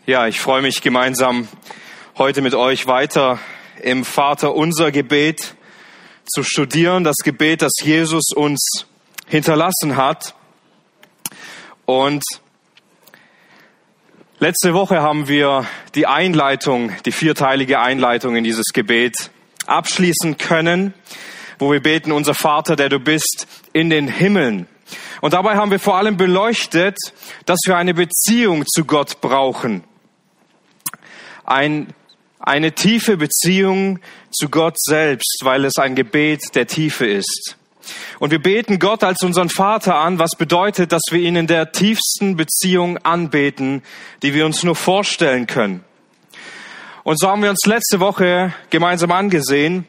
Ja, ich freue mich gemeinsam heute mit euch weiter im Vaterunser Gebet zu studieren, das Gebet, das Jesus uns hinterlassen hat. Und letzte Woche haben wir die Einleitung, die vierteilige Einleitung in dieses Gebet abschließen können, wo wir beten: Unser Vater, der du bist in den Himmeln. Und dabei haben wir vor allem beleuchtet, dass wir eine Beziehung zu Gott brauchen. Eine tiefe Beziehung zu Gott selbst, weil es ein Gebet der Tiefe ist. Und wir beten Gott als unseren Vater an, was bedeutet, dass wir ihn in der tiefsten Beziehung anbeten, die wir uns nur vorstellen können. Und so haben wir uns letzte Woche gemeinsam angesehen,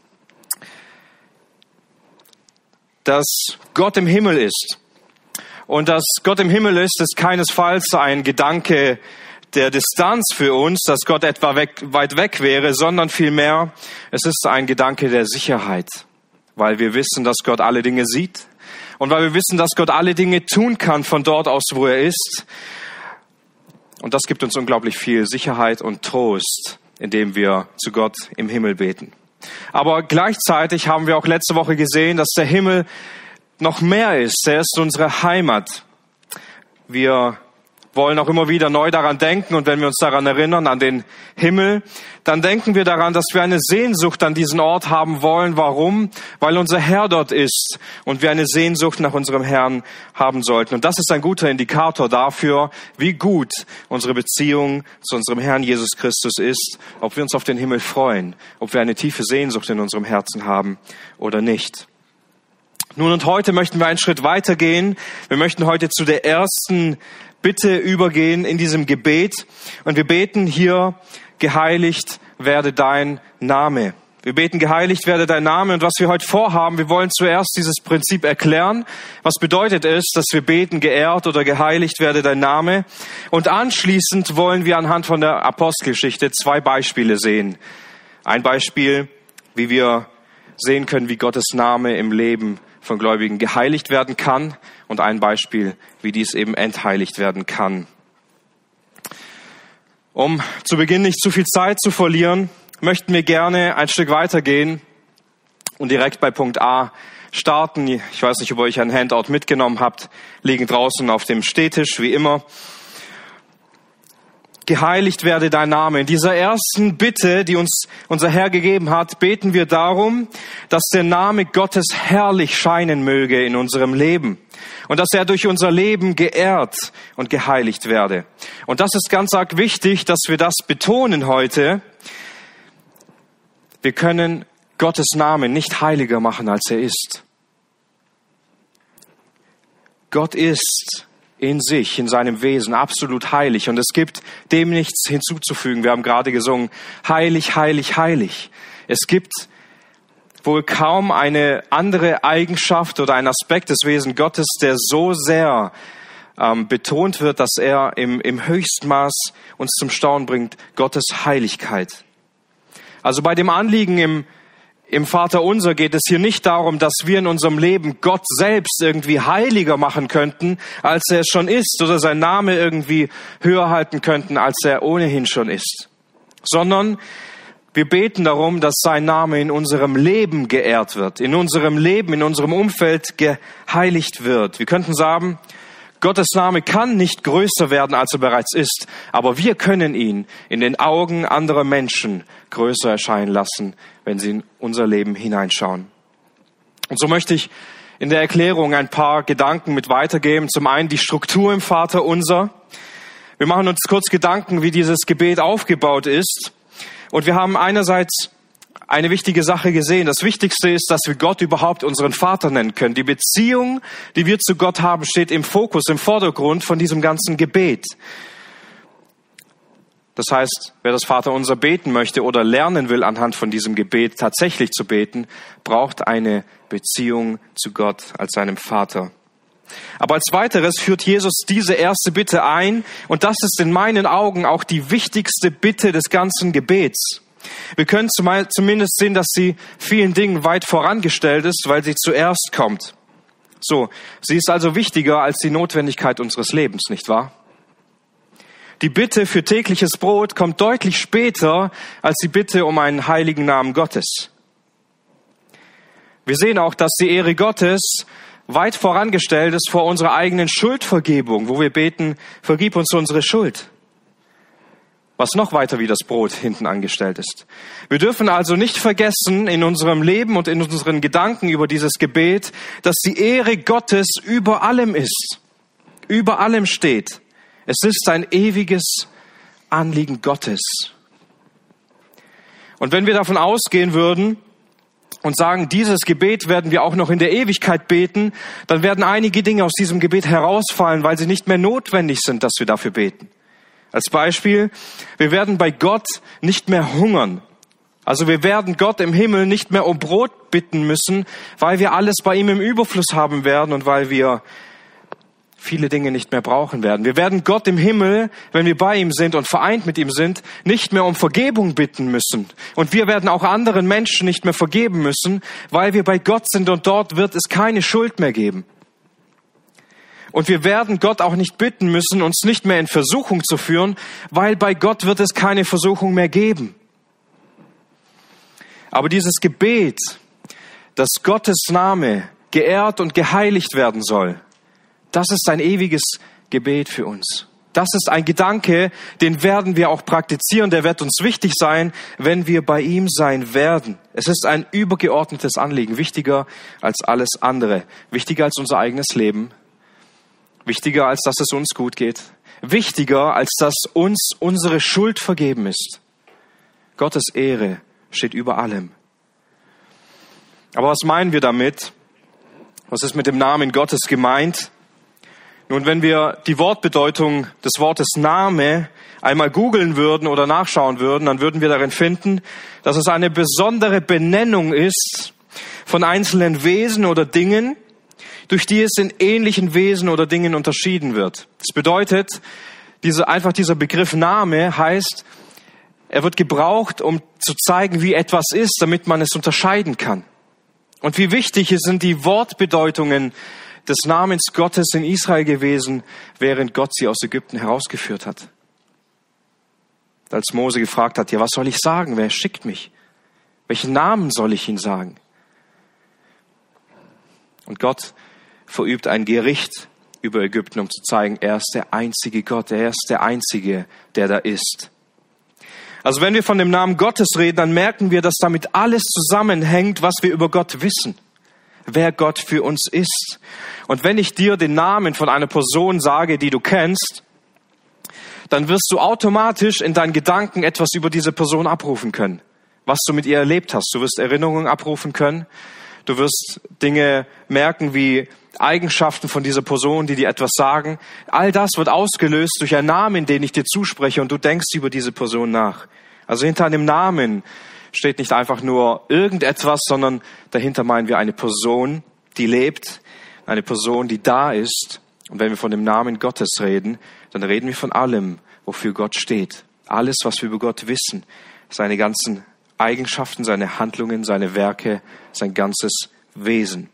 dass Gott im Himmel ist. Und dass Gott im Himmel ist keinesfalls ein Gedanke der Distanz für uns, dass Gott etwa weit weg wäre, sondern vielmehr, es ist ein Gedanke der Sicherheit, weil wir wissen, dass Gott alle Dinge sieht und weil wir wissen, dass Gott alle Dinge tun kann von dort aus, wo er ist. Und das gibt uns unglaublich viel Sicherheit und Trost, indem wir zu Gott im Himmel beten. Aber gleichzeitig haben wir auch letzte Woche gesehen, dass der Himmel noch mehr ist. Er ist unsere Heimat. Wir wollen auch immer wieder neu daran denken, und wenn wir uns daran erinnern, an den Himmel, dann denken wir daran, dass wir eine Sehnsucht an diesen Ort haben wollen. Warum? Weil unser Herr dort ist und wir eine Sehnsucht nach unserem Herrn haben sollten. Und das ist ein guter Indikator dafür, wie gut unsere Beziehung zu unserem Herrn Jesus Christus ist, ob wir uns auf den Himmel freuen, ob wir eine tiefe Sehnsucht in unserem Herzen haben oder nicht. Nun, und heute möchten wir einen Schritt weitergehen. Wir möchten heute zu der ersten Bitte übergehen in diesem Gebet. Und wir beten hier: Geheiligt werde dein Name. Wir beten: Geheiligt werde dein Name. Und was wir heute vorhaben, wir wollen zuerst dieses Prinzip erklären. Was bedeutet es, dass wir beten: Geehrt oder geheiligt werde dein Name? Und anschließend wollen wir anhand von der Apostelgeschichte 2 Beispiele sehen. Ein Beispiel, wie wir sehen können, wie Gottes Name im Leben von Gläubigen geheiligt werden kann, und ein Beispiel, wie dies eben entheiligt werden kann. Um zu Beginn nicht zu viel Zeit zu verlieren, möchten wir gerne ein Stück weitergehen und direkt bei Punkt A starten. Ich weiß nicht, ob ihr euch ein Handout mitgenommen habt, liegen draußen auf dem Stehtisch, wie immer. Geheiligt werde dein Name. In dieser ersten Bitte, die uns unser Herr gegeben hat, beten wir darum, dass der Name Gottes herrlich scheinen möge in unserem Leben und dass er durch unser Leben geehrt und geheiligt werde. Und das ist ganz arg wichtig, dass wir das betonen heute. Wir können Gottes Namen nicht heiliger machen, als er ist. Gott ist in sich, in seinem Wesen absolut heilig, und es gibt dem nichts hinzuzufügen. Wir haben gerade gesungen: Heilig, heilig, heilig. Es gibt wohl kaum eine andere Eigenschaft oder ein Aspekt des Wesens Gottes, der so sehr betont wird, dass er im Höchstmaß uns zum Staunen bringt: Gottes Heiligkeit. Also bei dem Anliegen im Vaterunser geht es hier nicht darum, dass wir in unserem Leben Gott selbst irgendwie heiliger machen könnten, als er es schon ist, oder sein Name irgendwie höher halten könnten, als er ohnehin schon ist. Sondern wir beten darum, dass sein Name in unserem Leben geehrt wird, in unserem Leben, in unserem Umfeld geheiligt wird. Wir könnten sagen: Gottes Name kann nicht größer werden, als er bereits ist, aber wir können ihn in den Augen anderer Menschen größer erscheinen lassen, wenn sie in unser Leben hineinschauen. Und so möchte ich in der Erklärung ein paar Gedanken mit weitergeben. Zum einen die Struktur im Vaterunser. Wir machen uns kurz Gedanken, wie dieses Gebet aufgebaut ist. Und wir haben einerseits eine wichtige Sache gesehen. Das Wichtigste ist, dass wir Gott überhaupt unseren Vater nennen können. Die Beziehung, die wir zu Gott haben, steht im Fokus, im Vordergrund von diesem ganzen Gebet. Das heißt, wer das Vaterunser beten möchte oder lernen will, anhand von diesem Gebet tatsächlich zu beten, braucht eine Beziehung zu Gott als seinem Vater. Aber als weiteres führt Jesus diese erste Bitte ein, und das ist in meinen Augen auch die wichtigste Bitte des ganzen Gebets. Wir können zumindest sehen, dass sie vielen Dingen weit vorangestellt ist, weil sie zuerst kommt. So, sie ist also wichtiger als die Notwendigkeit unseres Lebens, nicht wahr? Die Bitte für tägliches Brot kommt deutlich später als die Bitte um einen heiligen Namen Gottes. Wir sehen auch, dass die Ehre Gottes weit vorangestellt ist vor unserer eigenen Schuldvergebung, wo wir beten, vergib uns unsere Schuld. Was noch weiter wie das Brot hinten angestellt ist. Wir dürfen also nicht vergessen in unserem Leben und in unseren Gedanken über dieses Gebet, dass die Ehre Gottes über allem ist, über allem steht. Es ist ein ewiges Anliegen Gottes. Und wenn wir davon ausgehen würden und sagen, dieses Gebet werden wir auch noch in der Ewigkeit beten, dann werden einige Dinge aus diesem Gebet herausfallen, weil sie nicht mehr notwendig sind, dass wir dafür beten. Als Beispiel, wir werden bei Gott nicht mehr hungern. Also wir werden Gott im Himmel nicht mehr um Brot bitten müssen, weil wir alles bei ihm im Überfluss haben werden und weil wir viele Dinge nicht mehr brauchen werden. Wir werden Gott im Himmel, wenn wir bei ihm sind und vereint mit ihm sind, nicht mehr um Vergebung bitten müssen. Und wir werden auch anderen Menschen nicht mehr vergeben müssen, weil wir bei Gott sind und dort wird es keine Schuld mehr geben. Und wir werden Gott auch nicht bitten müssen, uns nicht mehr in Versuchung zu führen, weil bei Gott wird es keine Versuchung mehr geben. Aber dieses Gebet, dass Gottes Name geehrt und geheiligt werden soll, das ist ein ewiges Gebet für uns. Das ist ein Gedanke, den werden wir auch praktizieren, der wird uns wichtig sein, wenn wir bei ihm sein werden. Es ist ein übergeordnetes Anliegen, wichtiger als alles andere, wichtiger als unser eigenes Leben, wichtiger als dass es uns gut geht, wichtiger als dass uns unsere Schuld vergeben ist. Gottes Ehre steht über allem. Aber was meinen wir damit? Was ist mit dem Namen Gottes gemeint? Nun, wenn wir die Wortbedeutung des Wortes Name einmal googeln würden oder nachschauen würden, dann würden wir darin finden, dass es eine besondere Benennung ist von einzelnen Wesen oder Dingen, durch die es in ähnlichen Wesen oder Dingen unterschieden wird. Das bedeutet, dieser Begriff Name heißt, er wird gebraucht, um zu zeigen, wie etwas ist, damit man es unterscheiden kann. Und wie wichtig sind die Wortbedeutungen des Namens Gottes in Israel gewesen, während Gott sie aus Ägypten herausgeführt hat. Als Mose gefragt hat, ja, was soll ich sagen? Wer schickt mich? Welchen Namen soll ich ihm sagen? Und Gott verübt ein Gericht über Ägypten, um zu zeigen, er ist der einzige Gott, er ist der einzige, der da ist. Also wenn wir von dem Namen Gottes reden, dann merken wir, dass damit alles zusammenhängt, was wir über Gott wissen, wer Gott für uns ist. Und wenn ich dir den Namen von einer Person sage, die du kennst, dann wirst du automatisch in deinen Gedanken etwas über diese Person abrufen können, was du mit ihr erlebt hast. Du wirst Erinnerungen abrufen können, du wirst Dinge merken wie Eigenschaften von dieser Person, die dir etwas sagen. All das wird ausgelöst durch einen Namen, den ich dir zuspreche und du denkst über diese Person nach. Also hinter einem Namen steht nicht einfach nur irgendetwas, sondern dahinter meinen wir eine Person, die lebt, eine Person, die da ist. Und wenn wir von dem Namen Gottes reden, dann reden wir von allem, wofür Gott steht. Alles, was wir über Gott wissen, seine ganzen Eigenschaften, seine Handlungen, seine Werke, sein ganzes Wesen.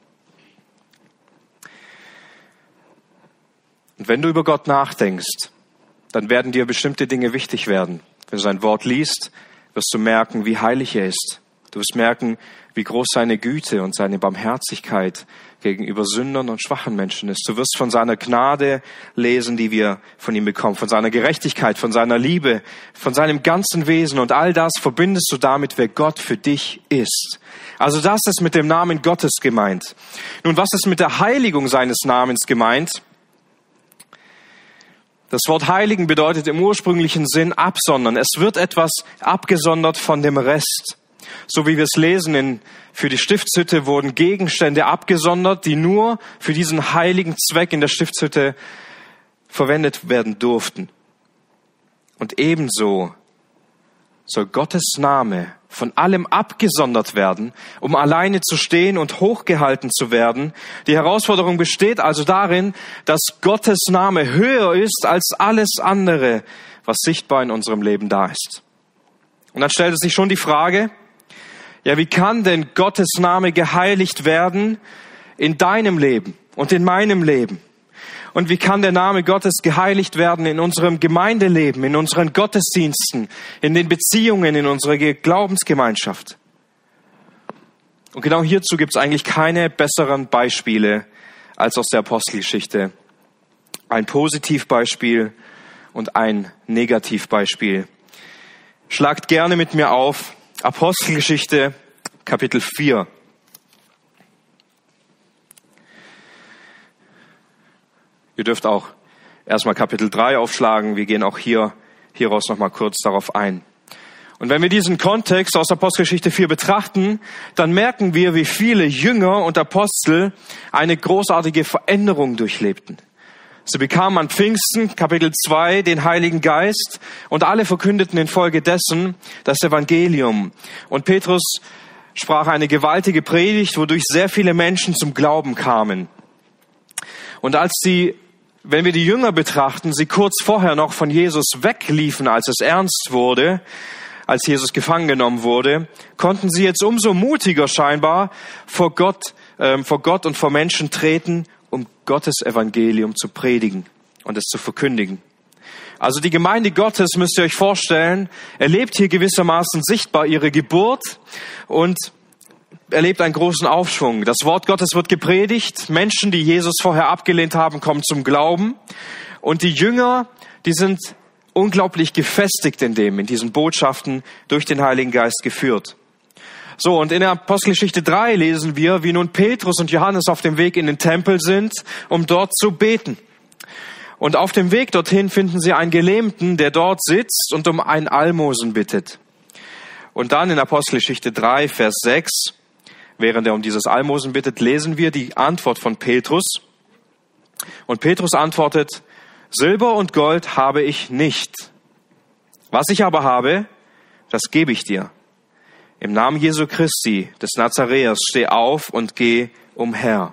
Und wenn du über Gott nachdenkst, dann werden dir bestimmte Dinge wichtig werden. Wenn du sein Wort liest, wirst du merken, wie heilig er ist. Du wirst merken, wie groß seine Güte und seine Barmherzigkeit gegenüber Sündern und schwachen Menschen ist. Du wirst von seiner Gnade lesen, die wir von ihm bekommen, von seiner Gerechtigkeit, von seiner Liebe, von seinem ganzen Wesen. Und all das verbindest du damit, wer Gott für dich ist. Also das ist mit dem Namen Gottes gemeint. Nun, was ist mit der Heiligung seines Namens gemeint? Das Wort heiligen bedeutet im ursprünglichen Sinn absondern. Es wird etwas abgesondert von dem Rest. So wie wir es lesen, für die Stiftshütte wurden Gegenstände abgesondert, die nur für diesen heiligen Zweck in der Stiftshütte verwendet werden durften. Und ebenso soll Gottes Name von allem abgesondert werden, um alleine zu stehen und hochgehalten zu werden. Die Herausforderung besteht also darin, dass Gottes Name höher ist als alles andere, was sichtbar in unserem Leben da ist. Und dann stellt sich schon die Frage, ja, wie kann denn Gottes Name geheiligt werden in deinem Leben und in meinem Leben? Und wie kann der Name Gottes geheiligt werden in unserem Gemeindeleben, in unseren Gottesdiensten, in den Beziehungen, in unserer Glaubensgemeinschaft? Und genau hierzu gibt es eigentlich keine besseren Beispiele als aus der Apostelgeschichte. Ein Positivbeispiel und ein Negativbeispiel. Schlagt gerne mit mir auf Apostelgeschichte, Kapitel 4. Ihr dürft auch erstmal Kapitel 3 aufschlagen. Wir gehen auch hieraus nochmal kurz darauf ein. Und wenn wir diesen Kontext aus Apostelgeschichte 4 betrachten, dann merken wir, wie viele Jünger und Apostel eine großartige Veränderung durchlebten. Sie bekamen an Pfingsten, Kapitel 2, den Heiligen Geist und alle verkündeten infolgedessen das Evangelium. Und Petrus sprach eine gewaltige Predigt, wodurch sehr viele Menschen zum Glauben kamen. Und wenn wir die Jünger betrachten, sie kurz vorher noch von Jesus wegliefen, als es ernst wurde, als Jesus gefangen genommen wurde, konnten sie jetzt umso mutiger scheinbar vor Gott und vor Menschen treten, um Gottes Evangelium zu predigen und es zu verkündigen. Also die Gemeinde Gottes, müsst ihr euch vorstellen, erlebt hier gewissermaßen sichtbar ihre Geburt und erlebt einen großen Aufschwung. Das Wort Gottes wird gepredigt, Menschen, die Jesus vorher abgelehnt haben, kommen zum Glauben und die Jünger, die sind unglaublich gefestigt in diesen Botschaften durch den Heiligen Geist geführt. So, und in der Apostelgeschichte 3 lesen wir, wie nun Petrus und Johannes auf dem Weg in den Tempel sind, um dort zu beten. Und auf dem Weg dorthin finden sie einen Gelähmten, der dort sitzt und um ein Almosen bittet. Und dann in Apostelgeschichte 3, Vers 6, während er um dieses Almosen bittet, lesen wir die Antwort von Petrus. Und Petrus antwortet: Silber und Gold habe ich nicht. Was ich aber habe, das gebe ich dir. Im Namen Jesu Christi, des Nazaräers, steh auf und geh umher.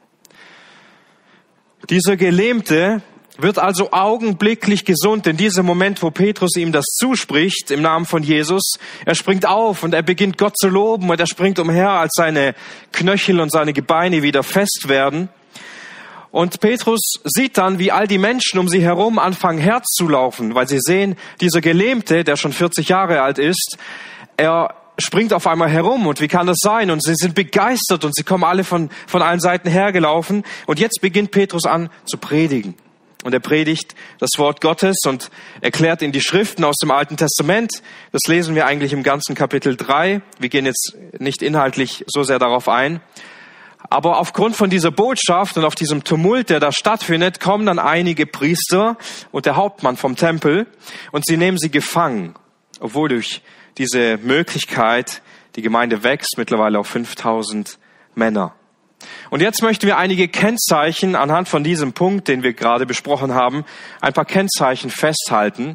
Dieser Gelähmte wird also augenblicklich gesund in diesem Moment, wo Petrus ihm das zuspricht, im Namen von Jesus. Er springt auf und er beginnt Gott zu loben und er springt umher, als seine Knöchel und seine Gebeine wieder fest werden. Und Petrus sieht dann, wie all die Menschen um sie herum anfangen herzulaufen, weil sie sehen, dieser Gelähmte, der schon 40 Jahre alt ist, er springt auf einmal herum. Und wie kann das sein? Und sie sind begeistert und sie kommen alle von allen Seiten hergelaufen. Und jetzt beginnt Petrus an zu predigen. Und er predigt das Wort Gottes und erklärt ihnen die Schriften aus dem Alten Testament. Das lesen wir eigentlich im ganzen Kapitel 3. Wir gehen jetzt nicht inhaltlich so sehr darauf ein. Aber aufgrund von dieser Botschaft und auf diesem Tumult, der da stattfindet, kommen dann einige Priester und der Hauptmann vom Tempel und sie nehmen sie gefangen, obwohl durch diese Möglichkeit die Gemeinde wächst, mittlerweile auf 5000 Männer. Und jetzt möchten wir einige Kennzeichen anhand von diesem Punkt, den wir gerade besprochen haben, ein paar Kennzeichen festhalten,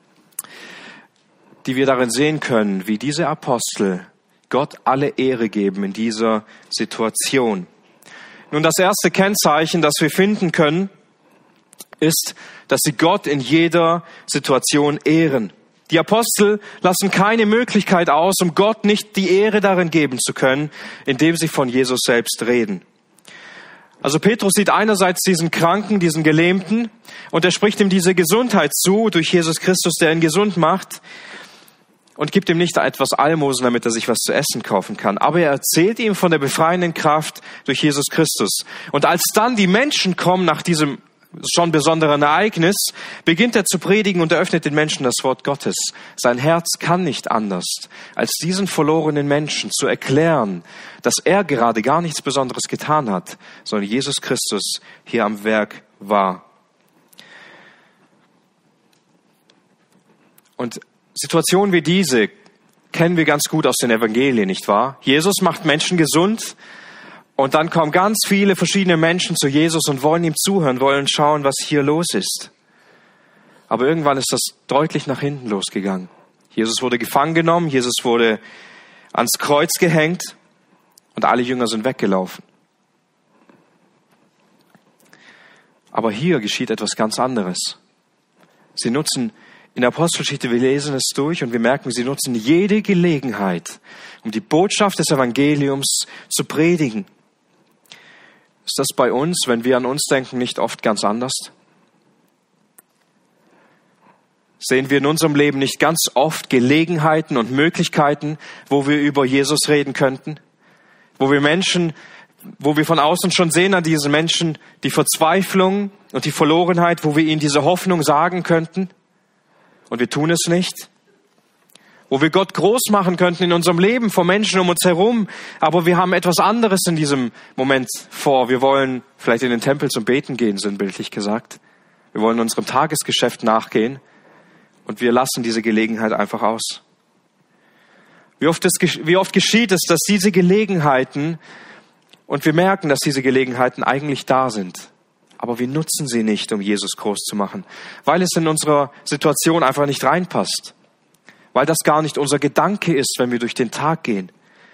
die wir darin sehen können, wie diese Apostel Gott alle Ehre geben in dieser Situation. Nun, das erste Kennzeichen, das wir finden können, ist, dass sie Gott in jeder Situation ehren. Die Apostel lassen keine Möglichkeit aus, um Gott nicht die Ehre darin geben zu können, indem sie von Jesus selbst reden. Also Petrus sieht einerseits diesen Kranken, diesen Gelähmten, und er spricht ihm diese Gesundheit zu durch Jesus Christus, der ihn gesund macht, und gibt ihm nicht etwas Almosen, damit er sich was zu essen kaufen kann. Aber er erzählt ihm von der befreienden Kraft durch Jesus Christus. Und als dann die Menschen kommen nach diesem schon besonderen Ereignis, beginnt er zu predigen und eröffnet den Menschen das Wort Gottes. Sein Herz kann nicht anders, als diesen verlorenen Menschen zu erklären, dass er gerade gar nichts Besonderes getan hat, sondern Jesus Christus hier am Werk war. Und Situationen wie diese kennen wir ganz gut aus den Evangelien, nicht wahr? Jesus macht Menschen gesund und dann kommen ganz viele verschiedene Menschen zu Jesus und wollen ihm zuhören, wollen schauen, was hier los ist. Aber irgendwann ist das deutlich nach hinten losgegangen. Jesus wurde gefangen genommen, Jesus wurde ans Kreuz gehängt und alle Jünger sind weggelaufen. Aber hier geschieht etwas ganz anderes. Sie nutzen in der Apostelgeschichte, wir lesen es durch und wir merken, sie nutzen jede Gelegenheit, um die Botschaft des Evangeliums zu predigen. Ist das bei uns, wenn wir an uns denken, nicht oft ganz anders? Sehen wir in unserem Leben nicht ganz oft Gelegenheiten und Möglichkeiten, wo wir über Jesus reden könnten? Wo wir von außen schon sehen an diesen Menschen die Verzweiflung und die Verlorenheit, wo wir ihnen diese Hoffnung sagen könnten und wir tun es nicht? Wo wir Gott groß machen könnten in unserem Leben vor Menschen um uns herum, aber wir haben etwas anderes in diesem Moment vor. Wir wollen vielleicht in den Tempel zum Beten gehen, sinnbildlich gesagt. Wir wollen unserem Tagesgeschäft nachgehen. Und wir lassen diese Gelegenheit einfach aus. Wie oft geschieht es, dass diese Gelegenheiten, und wir merken, dass diese Gelegenheiten eigentlich da sind, aber wir nutzen sie nicht, um Jesus groß zu machen, weil es in unserer Situation einfach nicht reinpasst, weil das gar nicht unser Gedanke ist, wenn wir durch den Tag gehen.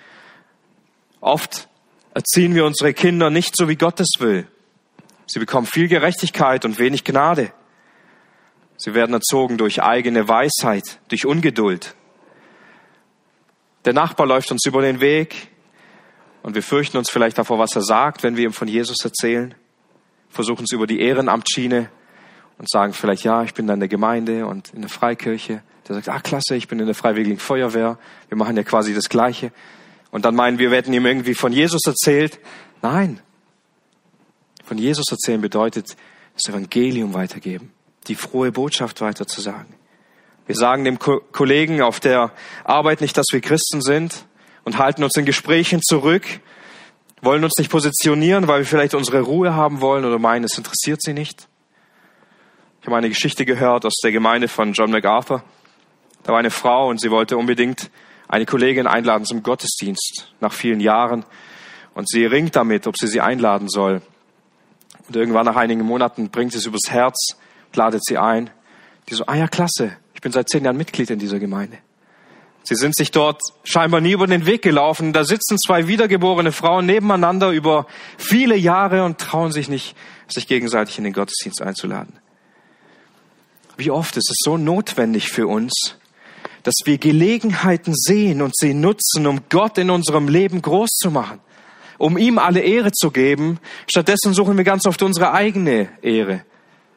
Oft erziehen wir unsere Kinder nicht so, wie Gott es will. Sie bekommen viel Gerechtigkeit und wenig Gnade. Sie werden erzogen durch eigene Weisheit, durch Ungeduld. Der Nachbar läuft uns über den Weg und wir fürchten uns vielleicht davor, was er sagt, wenn wir ihm von Jesus erzählen. Versuchen es über die Ehrenamtsschiene und sagen vielleicht, ja, ich bin da in der Gemeinde und in der Freikirche. Der sagt, klasse, ich bin in der Freiwilligen Feuerwehr. Wir machen ja quasi das Gleiche. Und dann meinen wir hätten ihm irgendwie von Jesus erzählt. Nein. Von Jesus erzählen bedeutet, das Evangelium weitergeben. Die frohe Botschaft weiterzusagen. Wir sagen dem Kollegen auf der Arbeit nicht, dass wir Christen sind und halten uns in Gesprächen zurück, wollen uns nicht positionieren, weil wir vielleicht unsere Ruhe haben wollen oder meinen, es interessiert sie nicht. Ich habe eine Geschichte gehört aus der Gemeinde von John MacArthur. Da war eine Frau und sie wollte unbedingt eine Kollegin einladen zum Gottesdienst nach vielen Jahren. Und sie ringt damit, ob sie einladen soll. Und irgendwann nach einigen Monaten bringt sie es übers Herz, ladet sie ein. Die so, ja, klasse, ich bin seit 10 Jahren Mitglied in dieser Gemeinde. Sie sind sich dort scheinbar nie über den Weg gelaufen. Da sitzen 2 wiedergeborene Frauen nebeneinander über viele Jahre und trauen sich nicht, sich gegenseitig in den Gottesdienst einzuladen. Wie oft ist es so notwendig für uns, dass wir Gelegenheiten sehen und sie nutzen, um Gott in unserem Leben groß zu machen, um ihm alle Ehre zu geben. Stattdessen suchen wir ganz oft unsere eigene Ehre.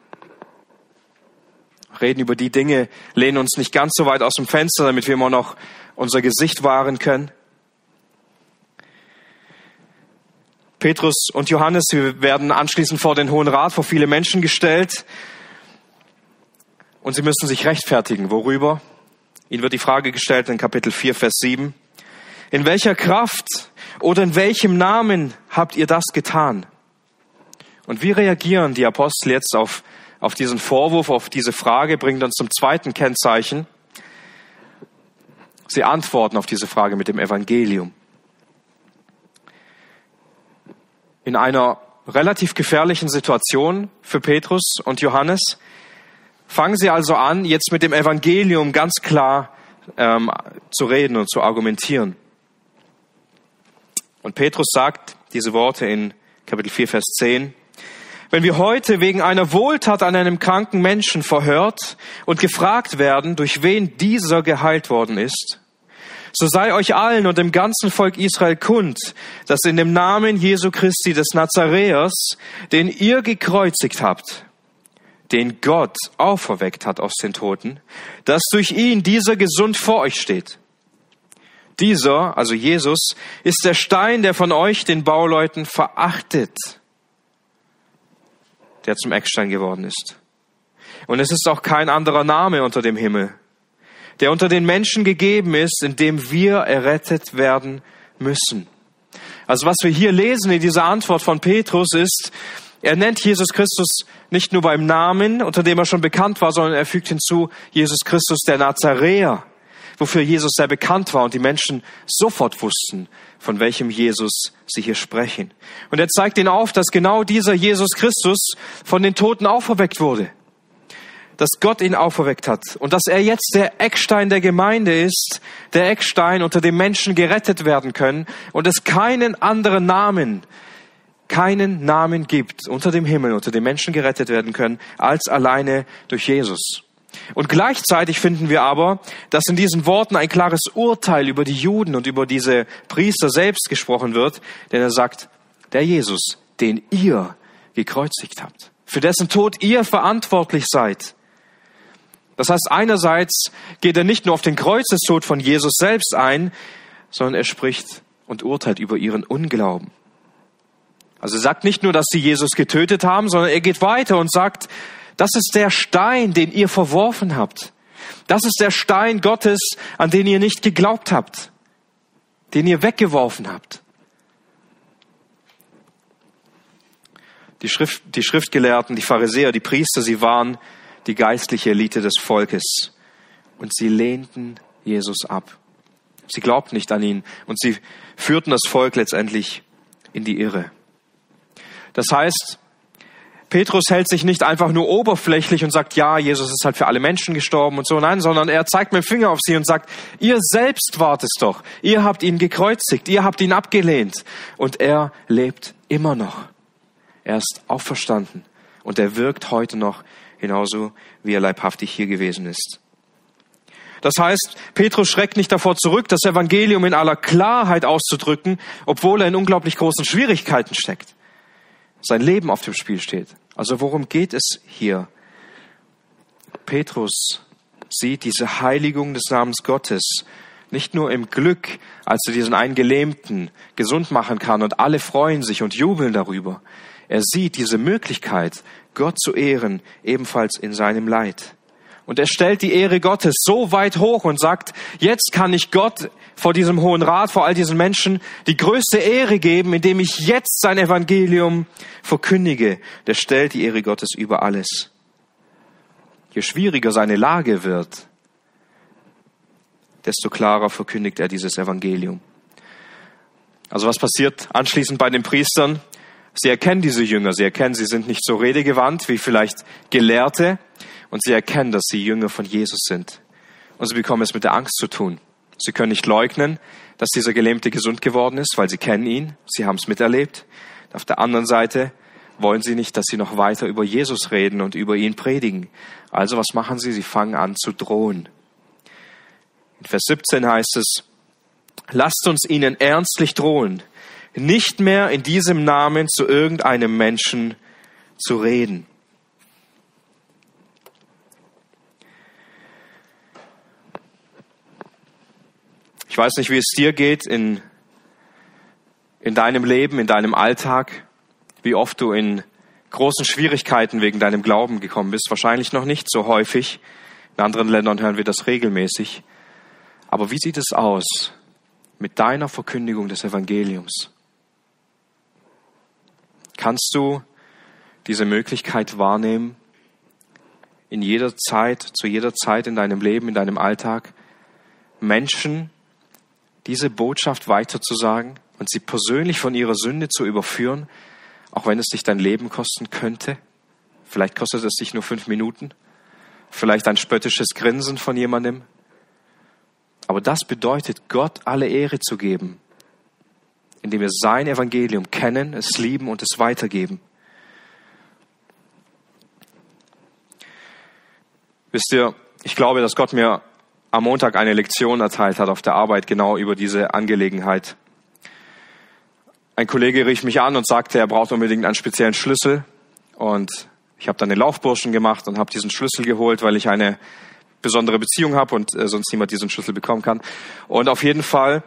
Reden über die Dinge, lehnen uns nicht ganz so weit aus dem Fenster, damit wir immer noch unser Gesicht wahren können. Petrus und Johannes, wir werden anschließend vor den Hohen Rat, vor viele Menschen gestellt. Und sie müssen sich rechtfertigen. Worüber? Ihnen wird die Frage gestellt in Kapitel 4, Vers 7. In welcher Kraft oder in welchem Namen habt ihr das getan? Und wie reagieren die Apostel jetzt auf diesen Vorwurf, auf diese Frage, bringt uns zum zweiten Kennzeichen. Sie antworten auf diese Frage mit dem Evangelium. In einer relativ gefährlichen Situation für Petrus und Johannes fangen sie also an, jetzt mit dem Evangelium ganz klar zu reden und zu argumentieren. Und Petrus sagt diese Worte in Kapitel 4, Vers 10. Wenn wir heute wegen einer Wohltat an einem kranken Menschen verhört und gefragt werden, durch wen dieser geheilt worden ist, so sei euch allen und dem ganzen Volk Israel kund, dass in dem Namen Jesu Christi des Nazaräers, den ihr gekreuzigt habt, den Gott auferweckt hat aus den Toten, dass durch ihn dieser gesund vor euch steht. Dieser, also Jesus, ist der Stein, der von euch, den Bauleuten, verachtet, der zum Eckstein geworden ist. Und es ist auch kein anderer Name unter dem Himmel, der unter den Menschen gegeben ist, in dem wir errettet werden müssen. Also was wir hier lesen in dieser Antwort von Petrus ist, er nennt Jesus Christus nicht nur beim Namen, unter dem er schon bekannt war, sondern er fügt hinzu, Jesus Christus der Nazaräer, wofür Jesus sehr bekannt war und die Menschen sofort wussten, von welchem Jesus sie hier sprechen. Und er zeigt ihnen auf, dass genau dieser Jesus Christus von den Toten auferweckt wurde. Dass Gott ihn auferweckt hat und dass er jetzt der Eckstein der Gemeinde ist, der Eckstein, unter dem Menschen gerettet werden können und es keinen anderen Namen gibt unter dem Himmel, unter dem Menschen gerettet werden können, als alleine durch Jesus. Und gleichzeitig finden wir aber, dass in diesen Worten ein klares Urteil über die Juden und über diese Priester selbst gesprochen wird, denn er sagt, der Jesus, den ihr gekreuzigt habt, für dessen Tod ihr verantwortlich seid. Das heißt, einerseits geht er nicht nur auf den Kreuzestod von Jesus selbst ein, sondern er spricht und urteilt über ihren Unglauben. Also er sagt nicht nur, dass sie Jesus getötet haben, sondern er geht weiter und sagt, das ist der Stein, den ihr verworfen habt. Das ist der Stein Gottes, an den ihr nicht geglaubt habt, den ihr weggeworfen habt. Die Schriftgelehrten, die Pharisäer, die Priester, sie waren die geistliche Elite des Volkes. Und sie lehnten Jesus ab. Sie glaubten nicht an ihn und sie führten das Volk letztendlich in die Irre. Das heißt, Petrus hält sich nicht einfach nur oberflächlich und sagt, ja, Jesus ist halt für alle Menschen gestorben und so, nein, sondern er zeigt mit dem Finger auf sie und sagt, ihr selbst wart es doch, ihr habt ihn gekreuzigt, ihr habt ihn abgelehnt und er lebt immer noch. Er ist auferstanden und er wirkt heute noch genauso, wie er leibhaftig hier gewesen ist. Das heißt, Petrus schreckt nicht davor zurück, das Evangelium in aller Klarheit auszudrücken, obwohl er in unglaublich großen Schwierigkeiten steckt. Sein Leben auf dem Spiel steht. Also worum geht es hier? Petrus sieht diese Heiligung des Namens Gottes nicht nur im Glück, als er diesen einen Gelähmten gesund machen kann und alle freuen sich und jubeln darüber. Er sieht diese Möglichkeit, Gott zu ehren, ebenfalls in seinem Leid. Und er stellt die Ehre Gottes so weit hoch und sagt, jetzt kann ich Gott vor diesem Hohen Rat, vor all diesen Menschen die größte Ehre geben, indem ich jetzt sein Evangelium verkündige. Der stellt die Ehre Gottes über alles. Je schwieriger seine Lage wird, desto klarer verkündigt er dieses Evangelium. Also was passiert anschließend bei den Priestern? Sie erkennen diese Jünger, sie sind nicht so redegewandt wie vielleicht Gelehrte und sie erkennen, dass sie Jünger von Jesus sind. Und sie bekommen es mit der Angst zu tun. Sie können nicht leugnen, dass dieser Gelähmte gesund geworden ist, weil sie kennen ihn, sie haben es miterlebt. Auf der anderen Seite wollen sie nicht, dass sie noch weiter über Jesus reden und über ihn predigen. Also was machen sie? Sie fangen an zu drohen. In Vers 17 heißt es, lasst uns ihnen ernstlich drohen, nicht mehr in diesem Namen zu irgendeinem Menschen zu reden. Ich weiß nicht, wie es dir geht in deinem Leben, in deinem Alltag, wie oft du in großen Schwierigkeiten wegen deinem Glauben gekommen bist. Wahrscheinlich noch nicht so häufig. In anderen Ländern hören wir das regelmäßig. Aber wie sieht es aus mit deiner Verkündigung des Evangeliums? Kannst du diese Möglichkeit wahrnehmen, in jeder Zeit, zu jeder Zeit in deinem Leben, in deinem Alltag, Menschen diese Botschaft weiterzusagen und sie persönlich von ihrer Sünde zu überführen, auch wenn es dich dein Leben kosten könnte? Vielleicht kostet es dich nur 5 Minuten, vielleicht ein spöttisches Grinsen von jemandem. Aber das bedeutet, Gott alle Ehre zu geben, indem wir sein Evangelium kennen, es lieben und es weitergeben. Wisst ihr, ich glaube, dass Gott mir am Montag eine Lektion erteilt hat auf der Arbeit genau über diese Angelegenheit. Ein Kollege rief mich an und sagte, er braucht unbedingt einen speziellen Schlüssel. Und ich habe dann den Laufburschen gemacht und habe diesen Schlüssel geholt, weil ich eine besondere Beziehung habe und sonst niemand diesen Schlüssel bekommen kann. Und auf jeden Fall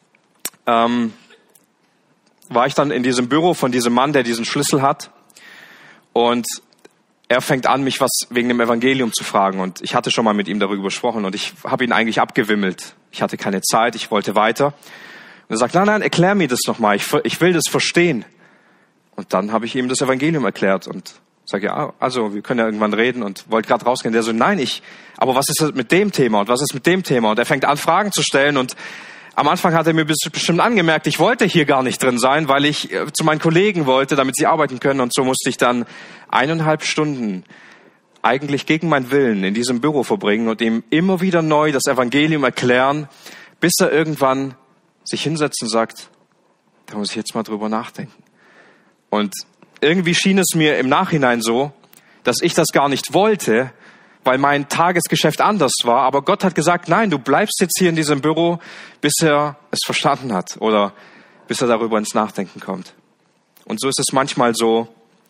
war ich dann in diesem Büro von diesem Mann, der diesen Schlüssel hat. Und er fängt an, mich was wegen dem Evangelium zu fragen. Und ich hatte schon mal mit ihm darüber gesprochen und ich habe ihn eigentlich abgewimmelt. Ich hatte keine Zeit, ich wollte weiter. Und er sagt, nein, erklär mir das nochmal, ich will das verstehen. Und dann habe ich ihm das Evangelium erklärt und sage, ja, also wir können ja irgendwann reden und wollte gerade rausgehen. Der so, nein, aber was ist das mit dem Thema und was ist mit dem Thema? Und er fängt an, Fragen zu stellen und am Anfang hat er mir bestimmt angemerkt, ich wollte hier gar nicht drin sein, weil ich zu meinen Kollegen wollte, damit sie arbeiten können. Und so musste ich dann 1,5 Stunden eigentlich gegen meinen Willen in diesem Büro verbringen und ihm immer wieder neu das Evangelium erklären, bis er irgendwann sich hinsetzt und sagt, da muss ich jetzt mal drüber nachdenken. Und irgendwie schien es mir im Nachhinein so, dass ich das gar nicht wollte, weil mein Tagesgeschäft anders war. Aber Gott hat gesagt, nein, du bleibst jetzt hier in diesem Büro, bis er es verstanden hat oder bis er darüber ins Nachdenken kommt. Und so ist es manchmal so,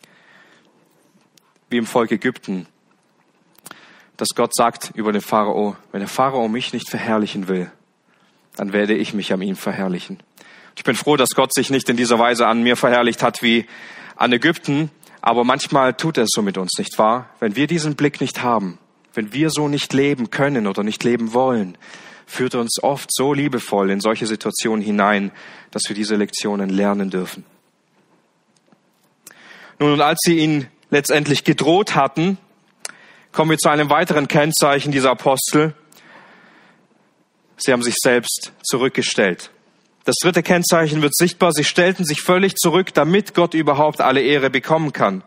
wie im Volk Ägypten, dass Gott sagt über den Pharao, wenn der Pharao mich nicht verherrlichen will, dann werde ich mich an ihm verherrlichen. Ich bin froh, dass Gott sich nicht in dieser Weise an mir verherrlicht hat wie an Ägypten, aber manchmal tut er es so mit uns, nicht wahr? Wenn wir diesen Blick nicht haben, wenn wir so nicht leben können oder nicht leben wollen, führt er uns oft so liebevoll in solche Situationen hinein, dass wir diese Lektionen lernen dürfen. Nun, und als sie ihn letztendlich gedroht hatten, kommen wir zu einem weiteren Kennzeichen dieser Apostel. Sie haben sich selbst zurückgestellt. Das dritte Kennzeichen wird sichtbar. Sie stellten sich völlig zurück, damit Gott überhaupt alle Ehre bekommen kann.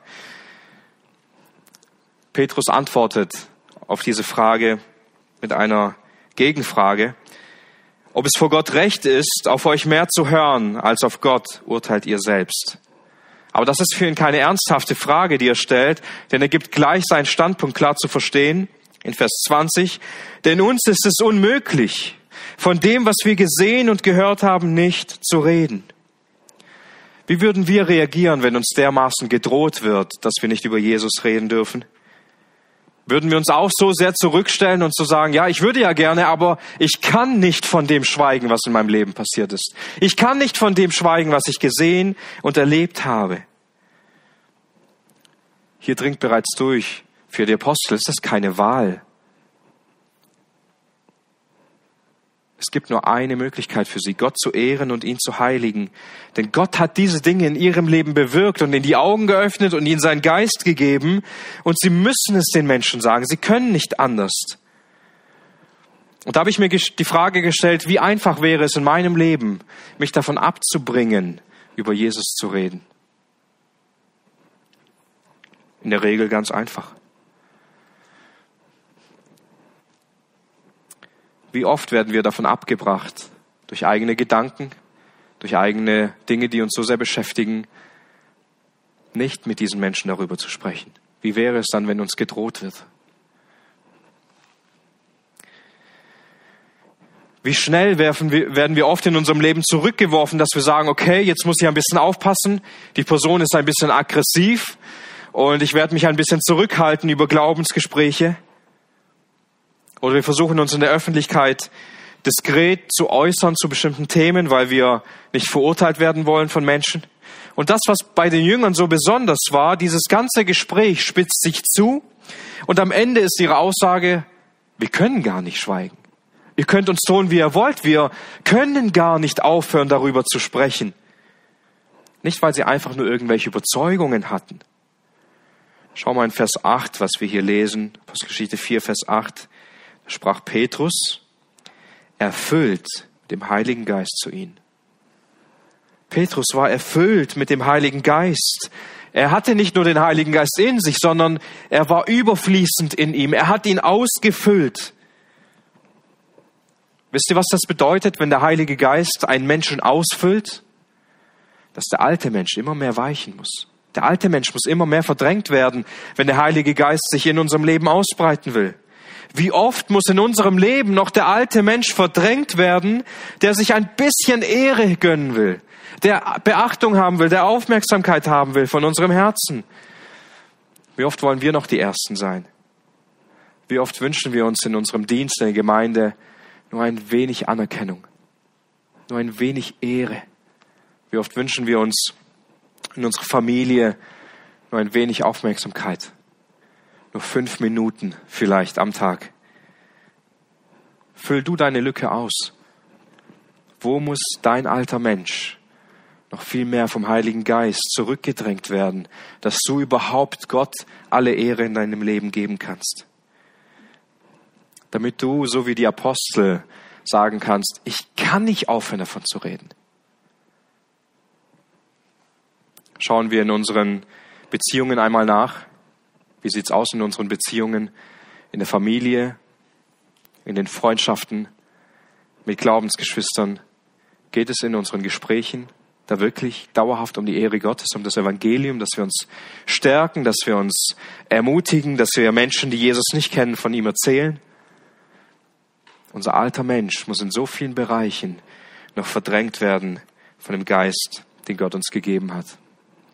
Petrus antwortet auf diese Frage mit einer Gegenfrage. Ob es vor Gott recht ist, auf euch mehr zu hören als auf Gott, urteilt ihr selbst. Aber das ist für ihn keine ernsthafte Frage, die er stellt, denn er gibt gleich seinen Standpunkt klar zu verstehen. In Vers 20, denn uns ist es unmöglich, von dem, was wir gesehen und gehört haben, nicht zu reden. Wie würden wir reagieren, wenn uns dermaßen gedroht wird, dass wir nicht über Jesus reden dürfen? Würden wir uns auch so sehr zurückstellen und so sagen, ja, ich würde ja gerne, aber ich kann nicht von dem schweigen, was in meinem Leben passiert ist. Ich kann nicht von dem schweigen, was ich gesehen und erlebt habe. Hier dringt bereits durch, für die Apostel ist das keine Wahl. Es gibt nur eine Möglichkeit für sie, Gott zu ehren und ihn zu heiligen. Denn Gott hat diese Dinge in ihrem Leben bewirkt und ihnen die Augen geöffnet und ihnen seinen Geist gegeben. Und sie müssen es den Menschen sagen. Sie können nicht anders. Und da habe ich mir die Frage gestellt, wie einfach wäre es in meinem Leben, mich davon abzubringen, über Jesus zu reden. In der Regel ganz einfach. Wie oft werden wir davon abgebracht, durch eigene Gedanken, durch eigene Dinge, die uns so sehr beschäftigen, nicht mit diesen Menschen darüber zu sprechen. Wie wäre es dann, wenn uns gedroht wird? Wie schnell werden wir oft in unserem Leben zurückgeworfen, dass wir sagen, okay, jetzt muss ich ein bisschen aufpassen, die Person ist ein bisschen aggressiv und ich werde mich ein bisschen zurückhalten über Glaubensgespräche. Oder wir versuchen uns in der Öffentlichkeit diskret zu äußern zu bestimmten Themen, weil wir nicht verurteilt werden wollen von Menschen. Und das, was bei den Jüngern so besonders war, dieses ganze Gespräch spitzt sich zu und am Ende ist ihre Aussage, wir können gar nicht schweigen. Ihr könnt uns tun, wie ihr wollt, wir können gar nicht aufhören, darüber zu sprechen. Nicht, weil sie einfach nur irgendwelche Überzeugungen hatten. Schau mal in Vers 8, was wir hier lesen, Apostelgeschichte 4, Vers 8. Sprach Petrus, erfüllt dem Heiligen Geist zu ihnen. Petrus war erfüllt mit dem Heiligen Geist. Er hatte nicht nur den Heiligen Geist in sich, sondern er war überfließend in ihm. Er hat ihn ausgefüllt. Wisst ihr, was das bedeutet, wenn der Heilige Geist einen Menschen ausfüllt? Dass der alte Mensch immer mehr weichen muss. Der alte Mensch muss immer mehr verdrängt werden, wenn der Heilige Geist sich in unserem Leben ausbreiten will. Wie oft muss in unserem Leben noch der alte Mensch verdrängt werden, der sich ein bisschen Ehre gönnen will, der Beachtung haben will, der Aufmerksamkeit haben will von unserem Herzen. Wie oft wollen wir noch die Ersten sein? Wie oft wünschen wir uns in unserem Dienst in der Gemeinde nur ein wenig Anerkennung, nur ein wenig Ehre? Wie oft wünschen wir uns in unserer Familie nur ein wenig Aufmerksamkeit? Nur 5 Minuten vielleicht am Tag. Füll du deine Lücke aus. Wo muss dein alter Mensch noch viel mehr vom Heiligen Geist zurückgedrängt werden, dass du überhaupt Gott alle Ehre in deinem Leben geben kannst? Damit du, so wie die Apostel, sagen kannst, ich kann nicht aufhören, davon zu reden. Schauen wir in unseren Beziehungen einmal nach. Wie sieht's aus in unseren Beziehungen, in der Familie, in den Freundschaften, mit Glaubensgeschwistern? Geht es in unseren Gesprächen da wirklich dauerhaft um die Ehre Gottes, um das Evangelium, dass wir uns stärken, dass wir uns ermutigen, dass wir Menschen, die Jesus nicht kennen, von ihm erzählen? Unser alter Mensch muss in so vielen Bereichen noch verdrängt werden von dem Geist, den Gott uns gegeben hat.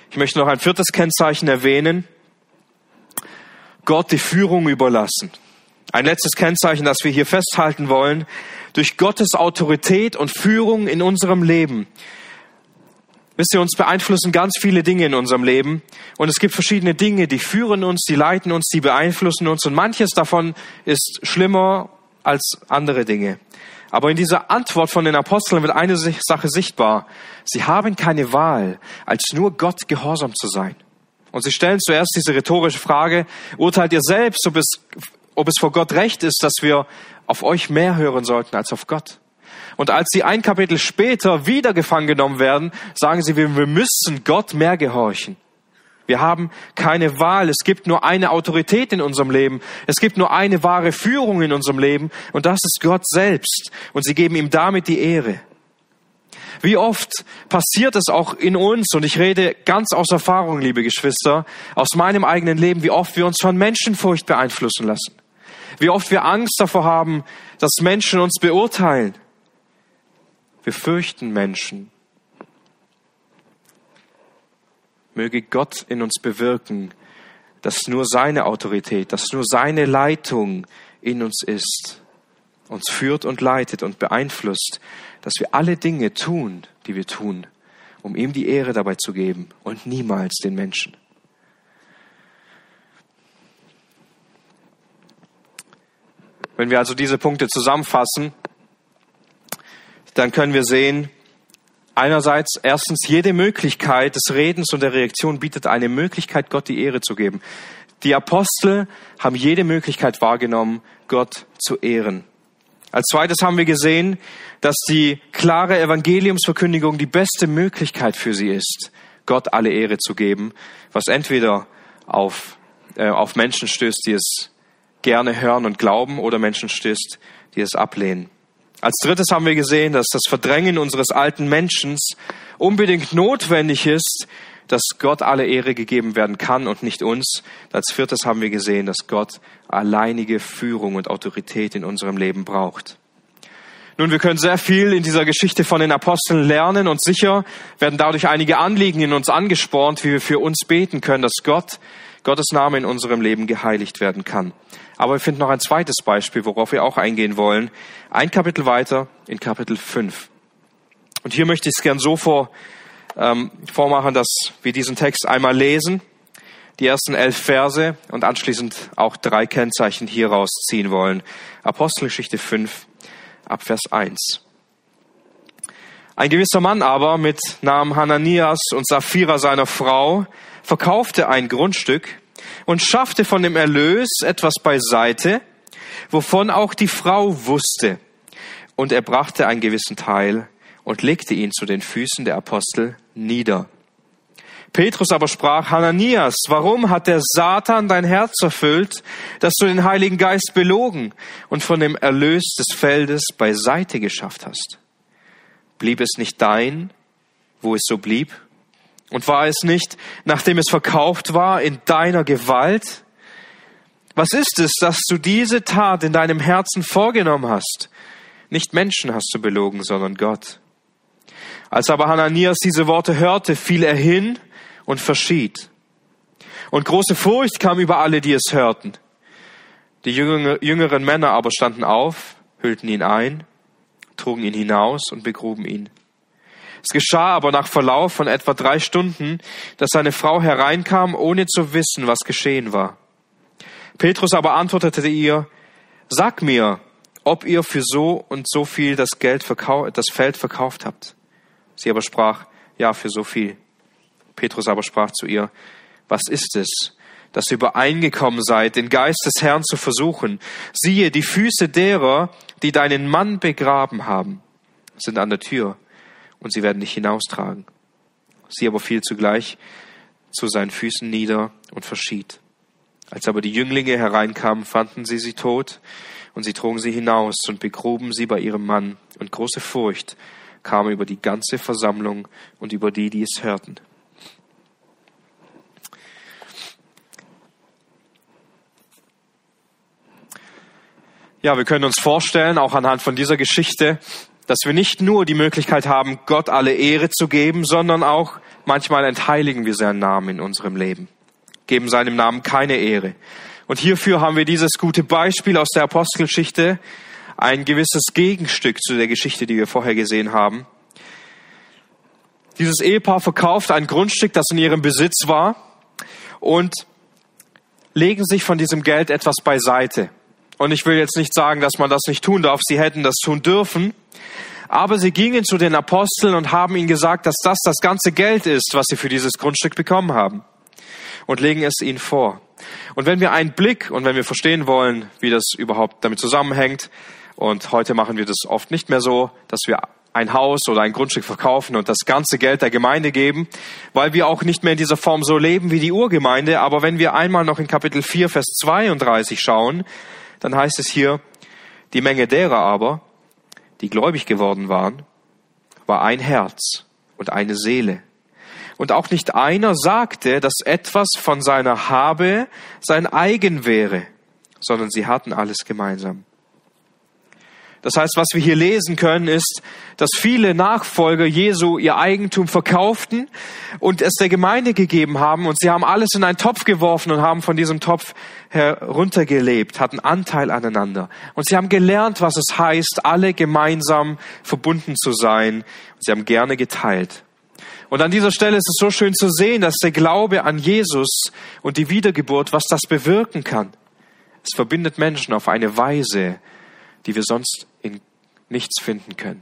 Ich möchte noch ein viertes Kennzeichen erwähnen. Gott die Führung überlassen. Ein letztes Kennzeichen, das wir hier festhalten wollen. Durch Gottes Autorität und Führung in unserem Leben. Wisst ihr, uns beeinflussen ganz viele Dinge in unserem Leben. Und es gibt verschiedene Dinge, die führen uns, die leiten uns, die beeinflussen uns. Und manches davon ist schlimmer als andere Dinge. Aber in dieser Antwort von den Aposteln wird eine Sache sichtbar. Sie haben keine Wahl, als nur Gott gehorsam zu sein. Und sie stellen zuerst diese rhetorische Frage, urteilt ihr selbst, ob es vor Gott recht ist, dass wir auf euch mehr hören sollten als auf Gott? Und als sie ein Kapitel später wieder gefangen genommen werden, sagen sie, wir müssen Gott mehr gehorchen. Wir haben keine Wahl. Es gibt nur eine Autorität in unserem Leben. Es gibt nur eine wahre Führung in unserem Leben. Und das ist Gott selbst. Und sie geben ihm damit die Ehre. Wie oft passiert es auch in uns, und ich rede ganz aus Erfahrung, liebe Geschwister, aus meinem eigenen Leben, wie oft wir uns von Menschenfurcht beeinflussen lassen. Wie oft wir Angst davor haben, dass Menschen uns beurteilen. Wir fürchten Menschen. Möge Gott in uns bewirken, dass nur seine Autorität, dass nur seine Leitung in uns ist, uns führt und leitet und beeinflusst, dass wir alle Dinge tun, die wir tun, um ihm die Ehre dabei zu geben und niemals den Menschen. Wenn wir also diese Punkte zusammenfassen, dann können wir sehen, einerseits, erstens, jede Möglichkeit des Redens und der Reaktion bietet eine Möglichkeit, Gott die Ehre zu geben. Die Apostel haben jede Möglichkeit wahrgenommen, Gott zu ehren. Als zweites haben wir gesehen, dass die klare Evangeliumsverkündigung die beste Möglichkeit für sie ist, Gott alle Ehre zu geben, was entweder auf Menschen stößt, die es gerne hören und glauben, oder Menschen stößt, die es ablehnen. Als drittes haben wir gesehen, dass das Verdrängen unseres alten Menschen unbedingt notwendig ist, dass Gott alle Ehre gegeben werden kann und nicht uns. Als viertes haben wir gesehen, dass Gott alleinige Führung und Autorität in unserem Leben braucht. Nun, wir können sehr viel in dieser Geschichte von den Aposteln lernen und sicher werden dadurch einige Anliegen in uns angespornt, wie wir für uns beten können, dass Gottes Name in unserem Leben geheiligt werden kann. Aber wir finden noch ein zweites Beispiel, worauf wir auch eingehen wollen. Ein Kapitel weiter, in Kapitel 5. Und hier möchte ich es gern so vormachen, dass wir diesen Text einmal lesen, die ersten 11 Verse und anschließend auch 3 Kennzeichen hieraus ziehen wollen. Apostelgeschichte 5, ab Vers 1. Ein gewisser Mann aber mit Namen Hananias und Sapphira seiner Frau verkaufte ein Grundstück und schaffte von dem Erlös etwas beiseite, wovon auch die Frau wusste. Und er brachte einen gewissen Teil und legte ihn zu den Füßen der Apostel nieder. Petrus aber sprach, Hananias, warum hat der Satan dein Herz erfüllt, dass du den Heiligen Geist belogen und von dem Erlös des Feldes beiseite geschafft hast? Blieb es nicht dein, wo es so blieb? Und war es nicht, nachdem es verkauft war, in deiner Gewalt? Was ist es, dass du diese Tat in deinem Herzen vorgenommen hast? Nicht Menschen hast du belogen, sondern Gott. Als aber Hananias diese Worte hörte, fiel er hin und verschied. Und große Furcht kam über alle, die es hörten. Die jüngeren Männer aber standen auf, hüllten ihn ein, trugen ihn hinaus und begruben ihn. Es geschah aber nach Verlauf von etwa 3 Stunden, dass seine Frau hereinkam, ohne zu wissen, was geschehen war. Petrus aber antwortete ihr, sag mir, ob ihr für so und so viel das Feld verkauft habt. Sie aber sprach, ja, für so viel. Petrus aber sprach zu ihr, was ist es, dass ihr übereingekommen seid, den Geist des Herrn zu versuchen? Siehe, die Füße derer, die deinen Mann begraben haben, sind an der Tür, und sie werden dich hinaustragen. Sie aber fiel zugleich zu seinen Füßen nieder und verschied. Als aber die Jünglinge hereinkamen, fanden sie tot, und sie trugen sie hinaus und begruben sie bei ihrem Mann. Und große Furcht kam über die ganze Versammlung und über die, die es hörten. Ja, wir können uns vorstellen, auch anhand von dieser Geschichte, dass wir nicht nur die Möglichkeit haben, Gott alle Ehre zu geben, sondern auch manchmal entheiligen wir seinen Namen in unserem Leben, geben seinem Namen keine Ehre. Und hierfür haben wir dieses gute Beispiel aus der Apostelgeschichte, ein gewisses Gegenstück zu der Geschichte, die wir vorher gesehen haben. Dieses Ehepaar verkauft ein Grundstück, das in ihrem Besitz war, und legen sich von diesem Geld etwas beiseite. Und ich will jetzt nicht sagen, dass man das nicht tun darf, sie hätten das tun dürfen, aber sie gingen zu den Aposteln und haben ihnen gesagt, dass das das ganze Geld ist, was sie für dieses Grundstück bekommen haben, und legen es ihnen vor. Und wenn wir einen Blick und wenn wir verstehen wollen, wie das überhaupt damit zusammenhängt, und heute machen wir das oft nicht mehr so, dass wir ein Haus oder ein Grundstück verkaufen und das ganze Geld der Gemeinde geben, weil wir auch nicht mehr in dieser Form so leben wie die Urgemeinde. Aber wenn wir einmal noch in Kapitel 4, Vers 32 schauen, dann heißt es hier, die Menge derer aber, die gläubig geworden waren, war ein Herz und eine Seele. Und auch nicht einer sagte, dass etwas von seiner Habe sein eigen wäre, sondern sie hatten alles gemeinsam. Das heißt, was wir hier lesen können, ist, dass viele Nachfolger Jesu ihr Eigentum verkauften und es der Gemeinde gegeben haben, und sie haben alles in einen Topf geworfen und haben von diesem Topf heruntergelebt, hatten Anteil aneinander. Und sie haben gelernt, was es heißt, alle gemeinsam verbunden zu sein. Und sie haben gerne geteilt. Und an dieser Stelle ist es so schön zu sehen, dass der Glaube an Jesus und die Wiedergeburt, was das bewirken kann. Es verbindet Menschen auf eine Weise, die wir sonst in nichts finden können.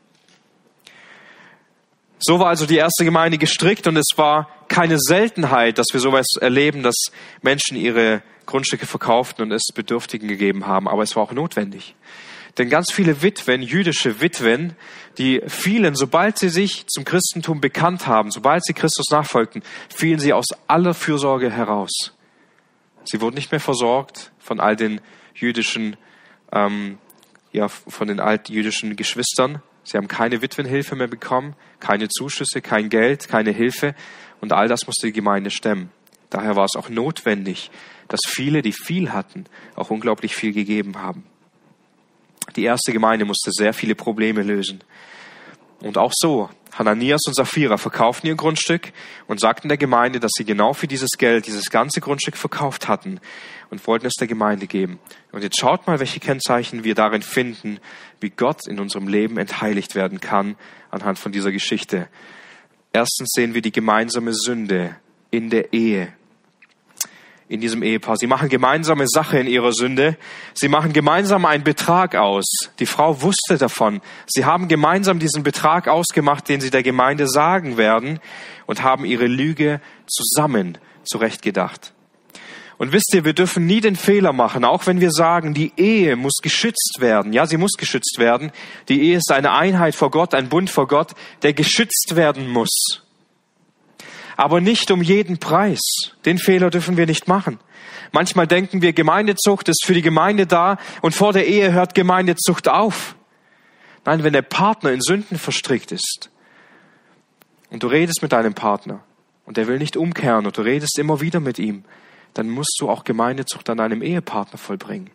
So war also die erste Gemeinde gestrickt, und es war keine Seltenheit, dass wir sowas erleben, dass Menschen ihre Grundstücke verkauften und es Bedürftigen gegeben haben. Aber es war auch notwendig. Denn ganz viele Witwen, jüdische Witwen, die fielen, sobald sie sich zum Christentum bekannt haben, sobald sie Christus nachfolgten, fielen sie aus aller Fürsorge heraus. Sie wurden nicht mehr versorgt von all den jüdischen von den altjüdischen Geschwistern. Sie haben keine Witwenhilfe mehr bekommen, keine Zuschüsse, kein Geld, keine Hilfe, und all das musste die Gemeinde stemmen. Daher war es auch notwendig, dass viele, die viel hatten, auch unglaublich viel gegeben haben. Die erste Gemeinde musste sehr viele Probleme lösen. Und auch so, Hananias und Sapphira verkauften ihr Grundstück und sagten der Gemeinde, dass sie genau für dieses Geld dieses ganze Grundstück verkauft hatten und wollten es der Gemeinde geben. Und jetzt schaut mal, welche Kennzeichen wir darin finden, wie Gott in unserem Leben entheiligt werden kann anhand von dieser Geschichte. Erstens sehen wir die gemeinsame Sünde in der Ehe. In diesem Ehepaar. Sie machen gemeinsame Sache in ihrer Sünde. Sie machen gemeinsam einen Betrag aus. Die Frau wusste davon. Sie haben gemeinsam diesen Betrag ausgemacht, den sie der Gemeinde sagen werden, und haben ihre Lüge zusammen zurechtgedacht. Und wisst ihr, wir dürfen nie den Fehler machen, auch wenn wir sagen, die Ehe muss geschützt werden. Ja, sie muss geschützt werden. Die Ehe ist eine Einheit vor Gott, ein Bund vor Gott, der geschützt werden muss. Aber nicht um jeden Preis. Den Fehler dürfen wir nicht machen. Manchmal denken wir, Gemeindezucht ist für die Gemeinde da und vor der Ehe hört Gemeindezucht auf. Nein, wenn der Partner in Sünden verstrickt ist und du redest mit deinem Partner und der will nicht umkehren und du redest immer wieder mit ihm, dann musst du auch Gemeindezucht an deinem Ehepartner vollbringen.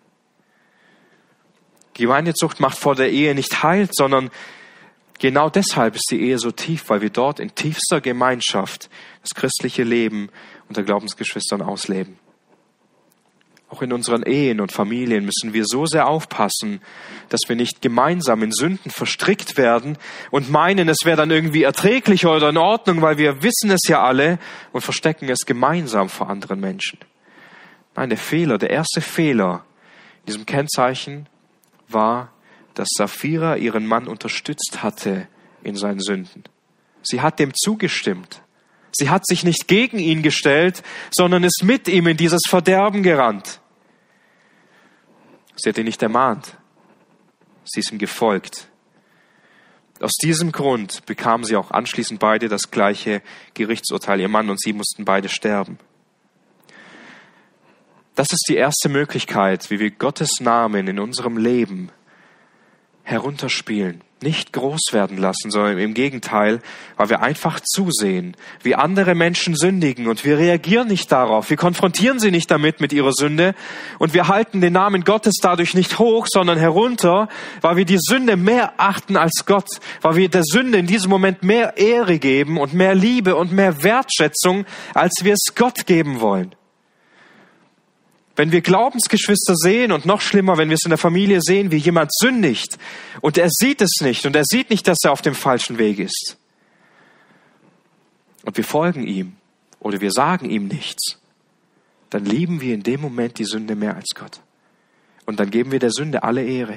Gemeindezucht macht vor der Ehe nicht Halt, sondern genau deshalb ist die Ehe so tief, weil wir dort in tiefster Gemeinschaft das christliche Leben unter Glaubensgeschwistern ausleben. Auch in unseren Ehen und Familien müssen wir so sehr aufpassen, dass wir nicht gemeinsam in Sünden verstrickt werden und meinen, es wäre dann irgendwie erträglicher oder in Ordnung, weil wir wissen es ja alle, und verstecken es gemeinsam vor anderen Menschen. Nein, der erste Fehler in diesem Kennzeichen war, dass Sapphira ihren Mann unterstützt hatte in seinen Sünden. Sie hat dem zugestimmt. Sie hat sich nicht gegen ihn gestellt, sondern ist mit ihm in dieses Verderben gerannt. Sie hat ihn nicht ermahnt. Sie ist ihm gefolgt. Aus diesem Grund bekamen sie auch anschließend beide das gleiche Gerichtsurteil. Ihr Mann und sie mussten beide sterben. Das ist die erste Möglichkeit, wie wir Gottes Namen in unserem Leben herunterspielen, nicht groß werden lassen, sondern im Gegenteil, weil wir einfach zusehen, wie andere Menschen sündigen und wir reagieren nicht darauf. Wir konfrontieren sie nicht damit mit ihrer Sünde und wir halten den Namen Gottes dadurch nicht hoch, sondern herunter, weil wir die Sünde mehr achten als Gott, weil wir der Sünde in diesem Moment mehr Ehre geben und mehr Liebe und mehr Wertschätzung, als wir es Gott geben wollen. Wenn wir Glaubensgeschwister sehen und noch schlimmer, wenn wir es in der Familie sehen, wie jemand sündigt und er sieht es nicht und er sieht nicht, dass er auf dem falschen Weg ist und wir folgen ihm oder wir sagen ihm nichts, dann lieben wir in dem Moment die Sünde mehr als Gott und dann geben wir der Sünde alle Ehre.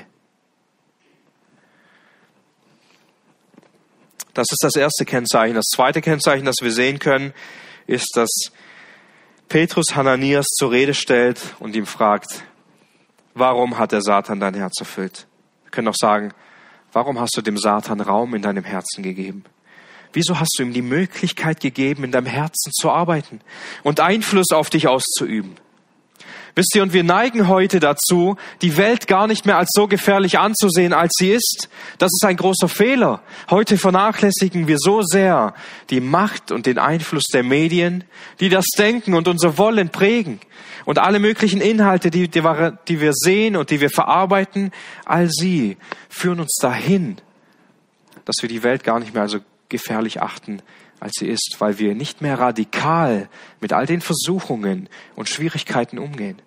Das ist das erste Kennzeichen. Das zweite Kennzeichen, das wir sehen können, ist, dass Petrus Hananias zur Rede stellt und ihm fragt, warum hat der Satan dein Herz erfüllt? Wir können auch sagen, warum hast du dem Satan Raum in deinem Herzen gegeben? Wieso hast du ihm die Möglichkeit gegeben, in deinem Herzen zu arbeiten und Einfluss auf dich auszuüben? Wisst ihr, und wir neigen heute dazu, die Welt gar nicht mehr als so gefährlich anzusehen, als sie ist. Das ist ein großer Fehler. Heute vernachlässigen wir so sehr die Macht und den Einfluss der Medien, die das Denken und unser Wollen prägen. Und alle möglichen Inhalte, die wir sehen und die wir verarbeiten, all sie führen uns dahin, dass wir die Welt gar nicht mehr also gefährlich achten, als sie ist, weil wir nicht mehr radikal mit all den Versuchungen und Schwierigkeiten umgehen.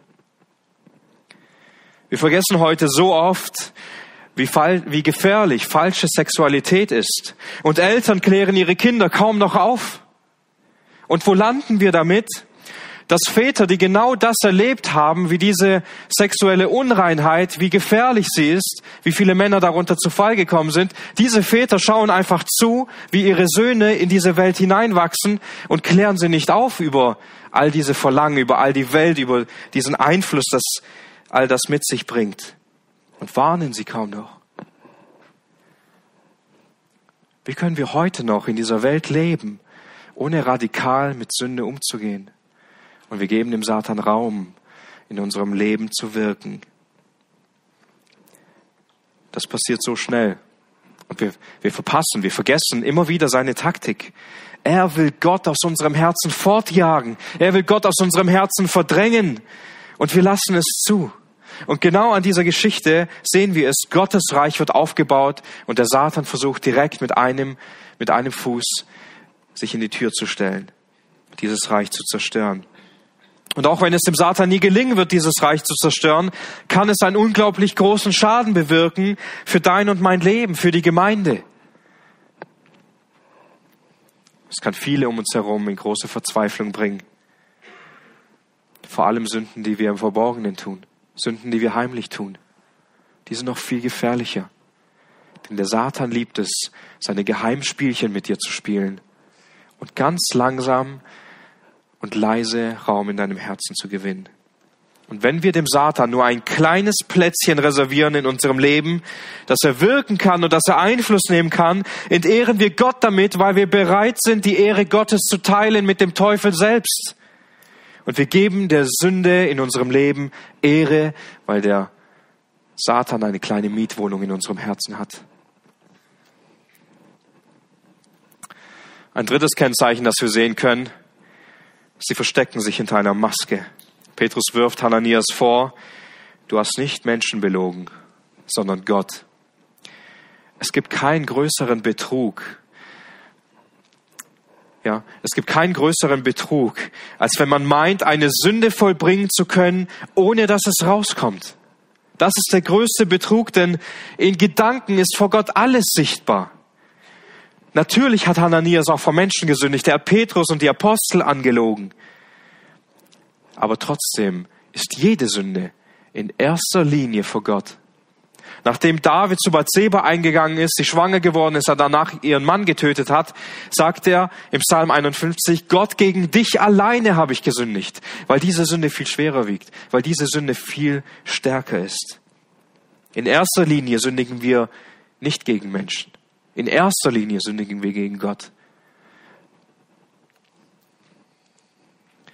Wir vergessen heute so oft, wie gefährlich falsche Sexualität ist. Und Eltern klären ihre Kinder kaum noch auf. Und wo landen wir damit? Dass Väter, die genau das erlebt haben, wie diese sexuelle Unreinheit, wie gefährlich sie ist, wie viele Männer darunter zu Fall gekommen sind, diese Väter schauen einfach zu, wie ihre Söhne in diese Welt hineinwachsen und klären sie nicht auf über all diese Verlangen, über all die Welt, über diesen Einfluss, das all das mit sich bringt. Und warnen sie kaum noch. Wie können wir heute noch in dieser Welt leben, ohne radikal mit Sünde umzugehen? Und wir geben dem Satan Raum, in unserem Leben zu wirken. Das passiert so schnell. Und wir vergessen immer wieder seine Taktik. Er will Gott aus unserem Herzen fortjagen. Er will Gott aus unserem Herzen verdrängen. Und wir lassen es zu. Und genau an dieser Geschichte sehen wir es. Gottes Reich wird aufgebaut und der Satan versucht direkt mit einem Fuß sich in die Tür zu stellen, dieses Reich zu zerstören. Und auch wenn es dem Satan nie gelingen wird, dieses Reich zu zerstören, kann es einen unglaublich großen Schaden bewirken für dein und mein Leben, für die Gemeinde. Es kann viele um uns herum in große Verzweiflung bringen. Vor allem Sünden, die wir im Verborgenen tun. Sünden, die wir heimlich tun. Die sind noch viel gefährlicher. Denn der Satan liebt es, seine Geheimspielchen mit dir zu spielen und ganz langsam und leise Raum in deinem Herzen zu gewinnen. Und wenn wir dem Satan nur ein kleines Plätzchen reservieren in unserem Leben, dass er wirken kann und dass er Einfluss nehmen kann, entehren wir Gott damit, weil wir bereit sind, die Ehre Gottes zu teilen mit dem Teufel selbst. Und wir geben der Sünde in unserem Leben Ehre, weil der Satan eine kleine Mietwohnung in unserem Herzen hat. Ein drittes Kennzeichen, das wir sehen können: Sie verstecken sich hinter einer Maske. Petrus wirft Hananias vor, du hast nicht Menschen belogen, sondern Gott. Es gibt keinen größeren Betrug. Ja, es gibt keinen größeren Betrug, als wenn man meint, eine Sünde vollbringen zu können, ohne dass es rauskommt. Das ist der größte Betrug, denn in Gedanken ist vor Gott alles sichtbar. Natürlich hat Hananias auch vor Menschen gesündigt. Er hat Petrus und die Apostel angelogen. Aber trotzdem ist jede Sünde in erster Linie vor Gott. Nachdem David zu Bathseba eingegangen ist, sie schwanger geworden ist, er danach ihren Mann getötet hat, sagt er im Psalm 51, Gott, gegen dich alleine habe ich gesündigt, weil diese Sünde viel schwerer wiegt, weil diese Sünde viel stärker ist. In erster Linie sündigen wir nicht gegen Menschen. In erster Linie sündigen wir gegen Gott.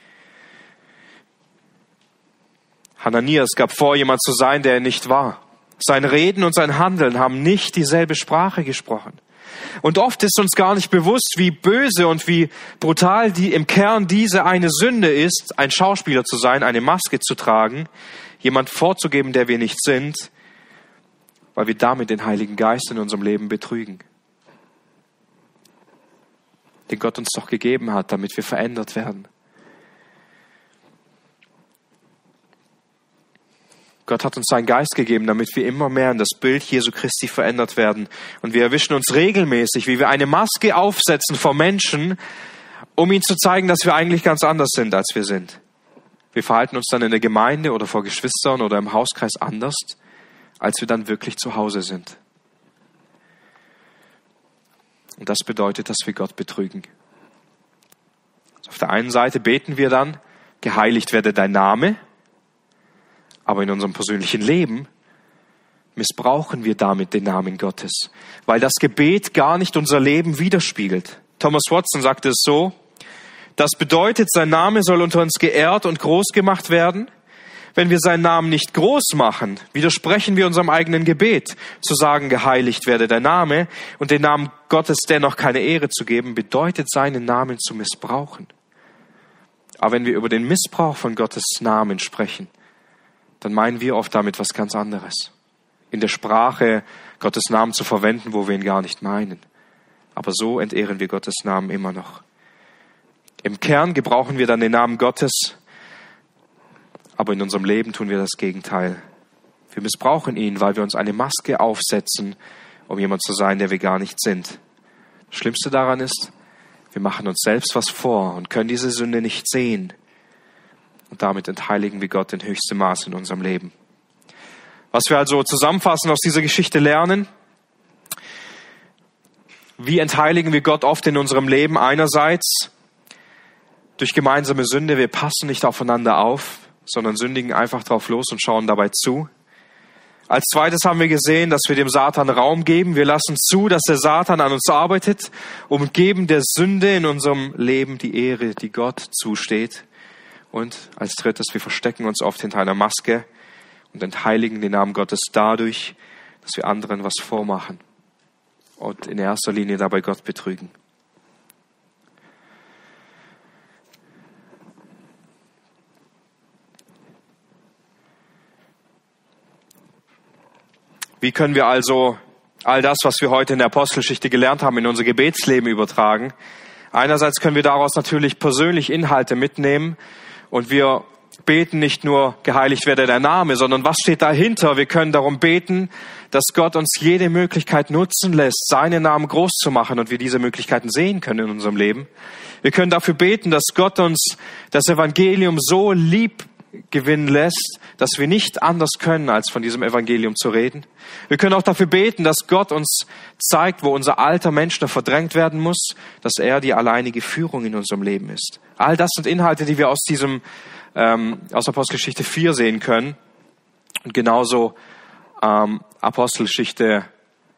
Hananias gab vor, jemand zu sein, der er nicht war. Sein Reden und sein Handeln haben nicht dieselbe Sprache gesprochen. Und oft ist uns gar nicht bewusst, wie böse und wie brutal im Kern diese eine Sünde ist, ein Schauspieler zu sein, eine Maske zu tragen, jemand vorzugeben, der wir nicht sind, weil wir damit den Heiligen Geist in unserem Leben betrügen. Den Gott uns doch gegeben hat, damit wir verändert werden. Gott hat uns seinen Geist gegeben, damit wir immer mehr in das Bild Jesu Christi verändert werden. Und wir erwischen uns regelmäßig, wie wir eine Maske aufsetzen vor Menschen, um ihnen zu zeigen, dass wir eigentlich ganz anders sind, als wir sind. Wir verhalten uns dann in der Gemeinde oder vor Geschwistern oder im Hauskreis anders, als wir dann wirklich zu Hause sind. Und das bedeutet, dass wir Gott betrügen. Auf der einen Seite beten wir dann, geheiligt werde dein Name, aber in unserem persönlichen Leben missbrauchen wir damit den Namen Gottes, weil das Gebet gar nicht unser Leben widerspiegelt. Thomas Watson sagte es so: Das bedeutet, sein Name soll unter uns geehrt und groß gemacht werden. Wenn wir seinen Namen nicht groß machen, widersprechen wir unserem eigenen Gebet. Zu sagen, geheiligt werde dein Name und den Namen Gottes dennoch keine Ehre zu geben, bedeutet, seinen Namen zu missbrauchen. Aber wenn wir über den Missbrauch von Gottes Namen sprechen, dann meinen wir oft damit was ganz anderes. In der Sprache Gottes Namen zu verwenden, wo wir ihn gar nicht meinen. Aber so entehren wir Gottes Namen immer noch. Im Kern gebrauchen wir dann den Namen Gottes, aber in unserem Leben tun wir das Gegenteil. Wir missbrauchen ihn, weil wir uns eine Maske aufsetzen, um jemand zu sein, der wir gar nicht sind. Das Schlimmste daran ist, wir machen uns selbst was vor und können diese Sünde nicht sehen. Und damit entheiligen wir Gott in höchstem Maß in unserem Leben. Was wir also zusammenfassend aus dieser Geschichte lernen: Wie entheiligen wir Gott oft in unserem Leben? Einerseits durch gemeinsame Sünde. Wir passen nicht aufeinander auf, sondern sündigen einfach drauf los und schauen dabei zu. Als zweites haben wir gesehen, dass wir dem Satan Raum geben. Wir lassen zu, dass der Satan an uns arbeitet und geben der Sünde in unserem Leben die Ehre, die Gott zusteht. Und als drittes, wir verstecken uns oft hinter einer Maske und entheiligen den Namen Gottes dadurch, dass wir anderen was vormachen und in erster Linie dabei Gott betrügen. Wie können wir also all das, was wir heute in der Apostelgeschichte gelernt haben, in unser Gebetsleben übertragen? Einerseits können wir daraus natürlich persönlich Inhalte mitnehmen und wir beten nicht nur, geheiligt werde dein Name, sondern was steht dahinter? Wir können darum beten, dass Gott uns jede Möglichkeit nutzen lässt, seinen Namen groß zu machen und wir diese Möglichkeiten sehen können in unserem Leben. Wir können dafür beten, dass Gott uns das Evangelium so lieb gewinnen lässt, dass wir nicht anders können, als von diesem Evangelium zu reden. Wir können auch dafür beten, dass Gott uns zeigt, wo unser alter Mensch noch verdrängt werden muss, dass er die alleinige Führung in unserem Leben ist. All das sind Inhalte, die wir aus aus Apostelgeschichte 4 sehen können. Und genauso Apostelgeschichte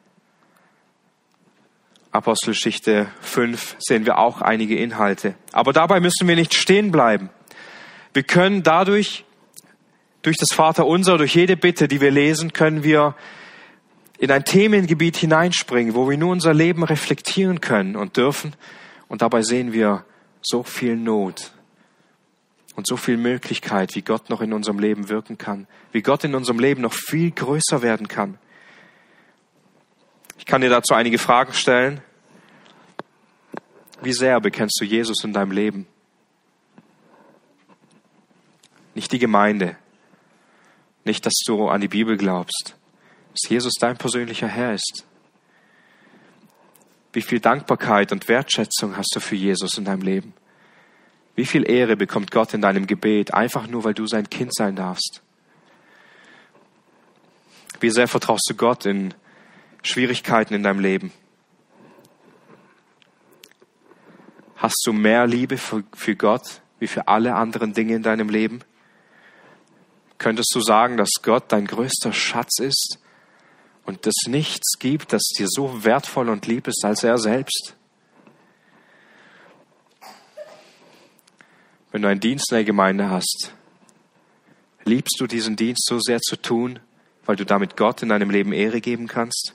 5 sehen wir auch einige Inhalte. Aber dabei müssen wir nicht stehen bleiben. Wir können durch das Vaterunser, durch jede Bitte, die wir lesen, können wir in ein Themengebiet hineinspringen, wo wir nur unser Leben reflektieren können und dürfen. Und dabei sehen wir so viel Not und so viel Möglichkeit, wie Gott noch in unserem Leben wirken kann, wie Gott in unserem Leben noch viel größer werden kann. Ich kann dir dazu einige Fragen stellen. Wie sehr bekennst du Jesus in deinem Leben? Nicht die Gemeinde, nicht, dass du an die Bibel glaubst, dass Jesus dein persönlicher Herr ist. Wie viel Dankbarkeit und Wertschätzung hast du für Jesus in deinem Leben? Wie viel Ehre bekommt Gott in deinem Gebet, einfach nur, weil du sein Kind sein darfst? Wie sehr vertraust du Gott in Schwierigkeiten in deinem Leben? Hast du mehr Liebe für Gott wie für alle anderen Dinge in deinem Leben? Könntest du sagen, dass Gott dein größter Schatz ist und es nichts gibt, das dir so wertvoll und lieb ist als er selbst? Wenn du einen Dienst in der Gemeinde hast, liebst du diesen Dienst so sehr zu tun, weil du damit Gott in deinem Leben Ehre geben kannst?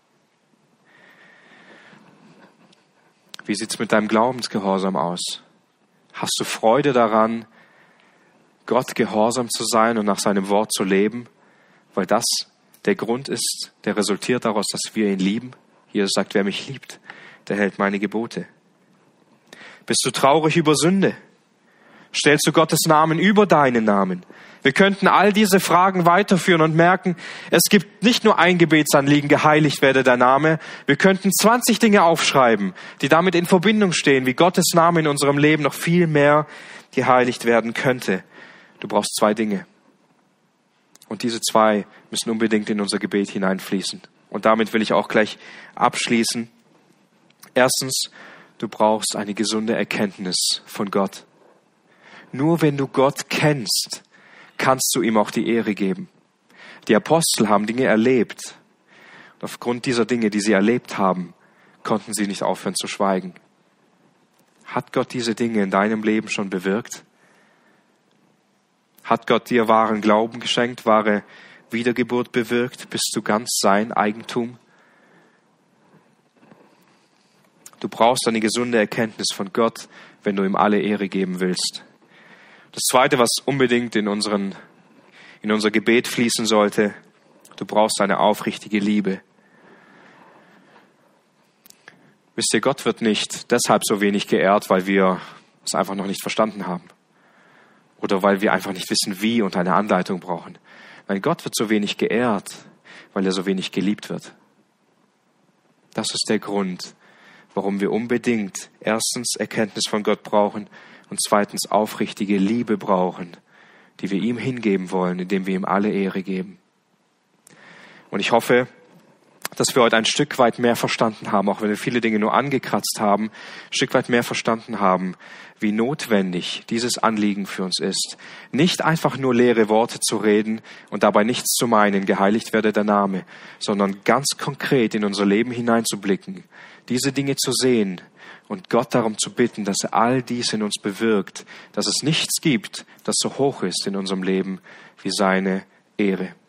Wie sieht's mit deinem Glaubensgehorsam aus? Hast du Freude daran, Gott gehorsam zu sein und nach seinem Wort zu leben, weil das der Grund ist, der resultiert daraus, dass wir ihn lieben? Jesus sagt, wer mich liebt, der hält meine Gebote. Bist du traurig über Sünde? Stellst du Gottes Namen über deinen Namen? Wir könnten all diese Fragen weiterführen und merken, es gibt nicht nur ein Gebetsanliegen, geheiligt werde dein Name. Wir könnten 20 Dinge aufschreiben, die damit in Verbindung stehen, wie Gottes Name in unserem Leben noch viel mehr geheiligt werden könnte. Du brauchst 2 Dinge. Und diese 2 müssen unbedingt in unser Gebet hineinfließen. Und damit will ich auch gleich abschließen. Erstens, du brauchst eine gesunde Erkenntnis von Gott. Nur wenn du Gott kennst, kannst du ihm auch die Ehre geben. Die Apostel haben Dinge erlebt. Und aufgrund dieser Dinge, die sie erlebt haben, konnten sie nicht aufhören zu schweigen. Hat Gott diese Dinge in deinem Leben schon bewirkt? Hat Gott dir wahren Glauben geschenkt, wahre Wiedergeburt bewirkt? Bist du ganz sein Eigentum? Du brauchst eine gesunde Erkenntnis von Gott, wenn du ihm alle Ehre geben willst. Das Zweite, was unbedingt in unser Gebet fließen sollte, du brauchst eine aufrichtige Liebe. Wisst ihr, Gott wird nicht deshalb so wenig geehrt, weil wir es einfach noch nicht verstanden haben. Oder weil wir einfach nicht wissen, wie und eine Anleitung brauchen. Nein, Gott wird so wenig geehrt, weil er so wenig geliebt wird. Das ist der Grund, warum wir unbedingt erstens Erkenntnis von Gott brauchen und zweitens aufrichtige Liebe brauchen, die wir ihm hingeben wollen, indem wir ihm alle Ehre geben. Und ich hoffe, dass wir heute ein Stück weit mehr verstanden haben, auch wenn wir viele Dinge nur angekratzt haben, ein Stück weit mehr verstanden haben, wie notwendig dieses Anliegen für uns ist. Nicht einfach nur leere Worte zu reden und dabei nichts zu meinen, geheiligt werde der Name, sondern ganz konkret in unser Leben hineinzublicken, diese Dinge zu sehen und Gott darum zu bitten, dass er all dies in uns bewirkt, dass es nichts gibt, das so hoch ist in unserem Leben wie seine Ehre.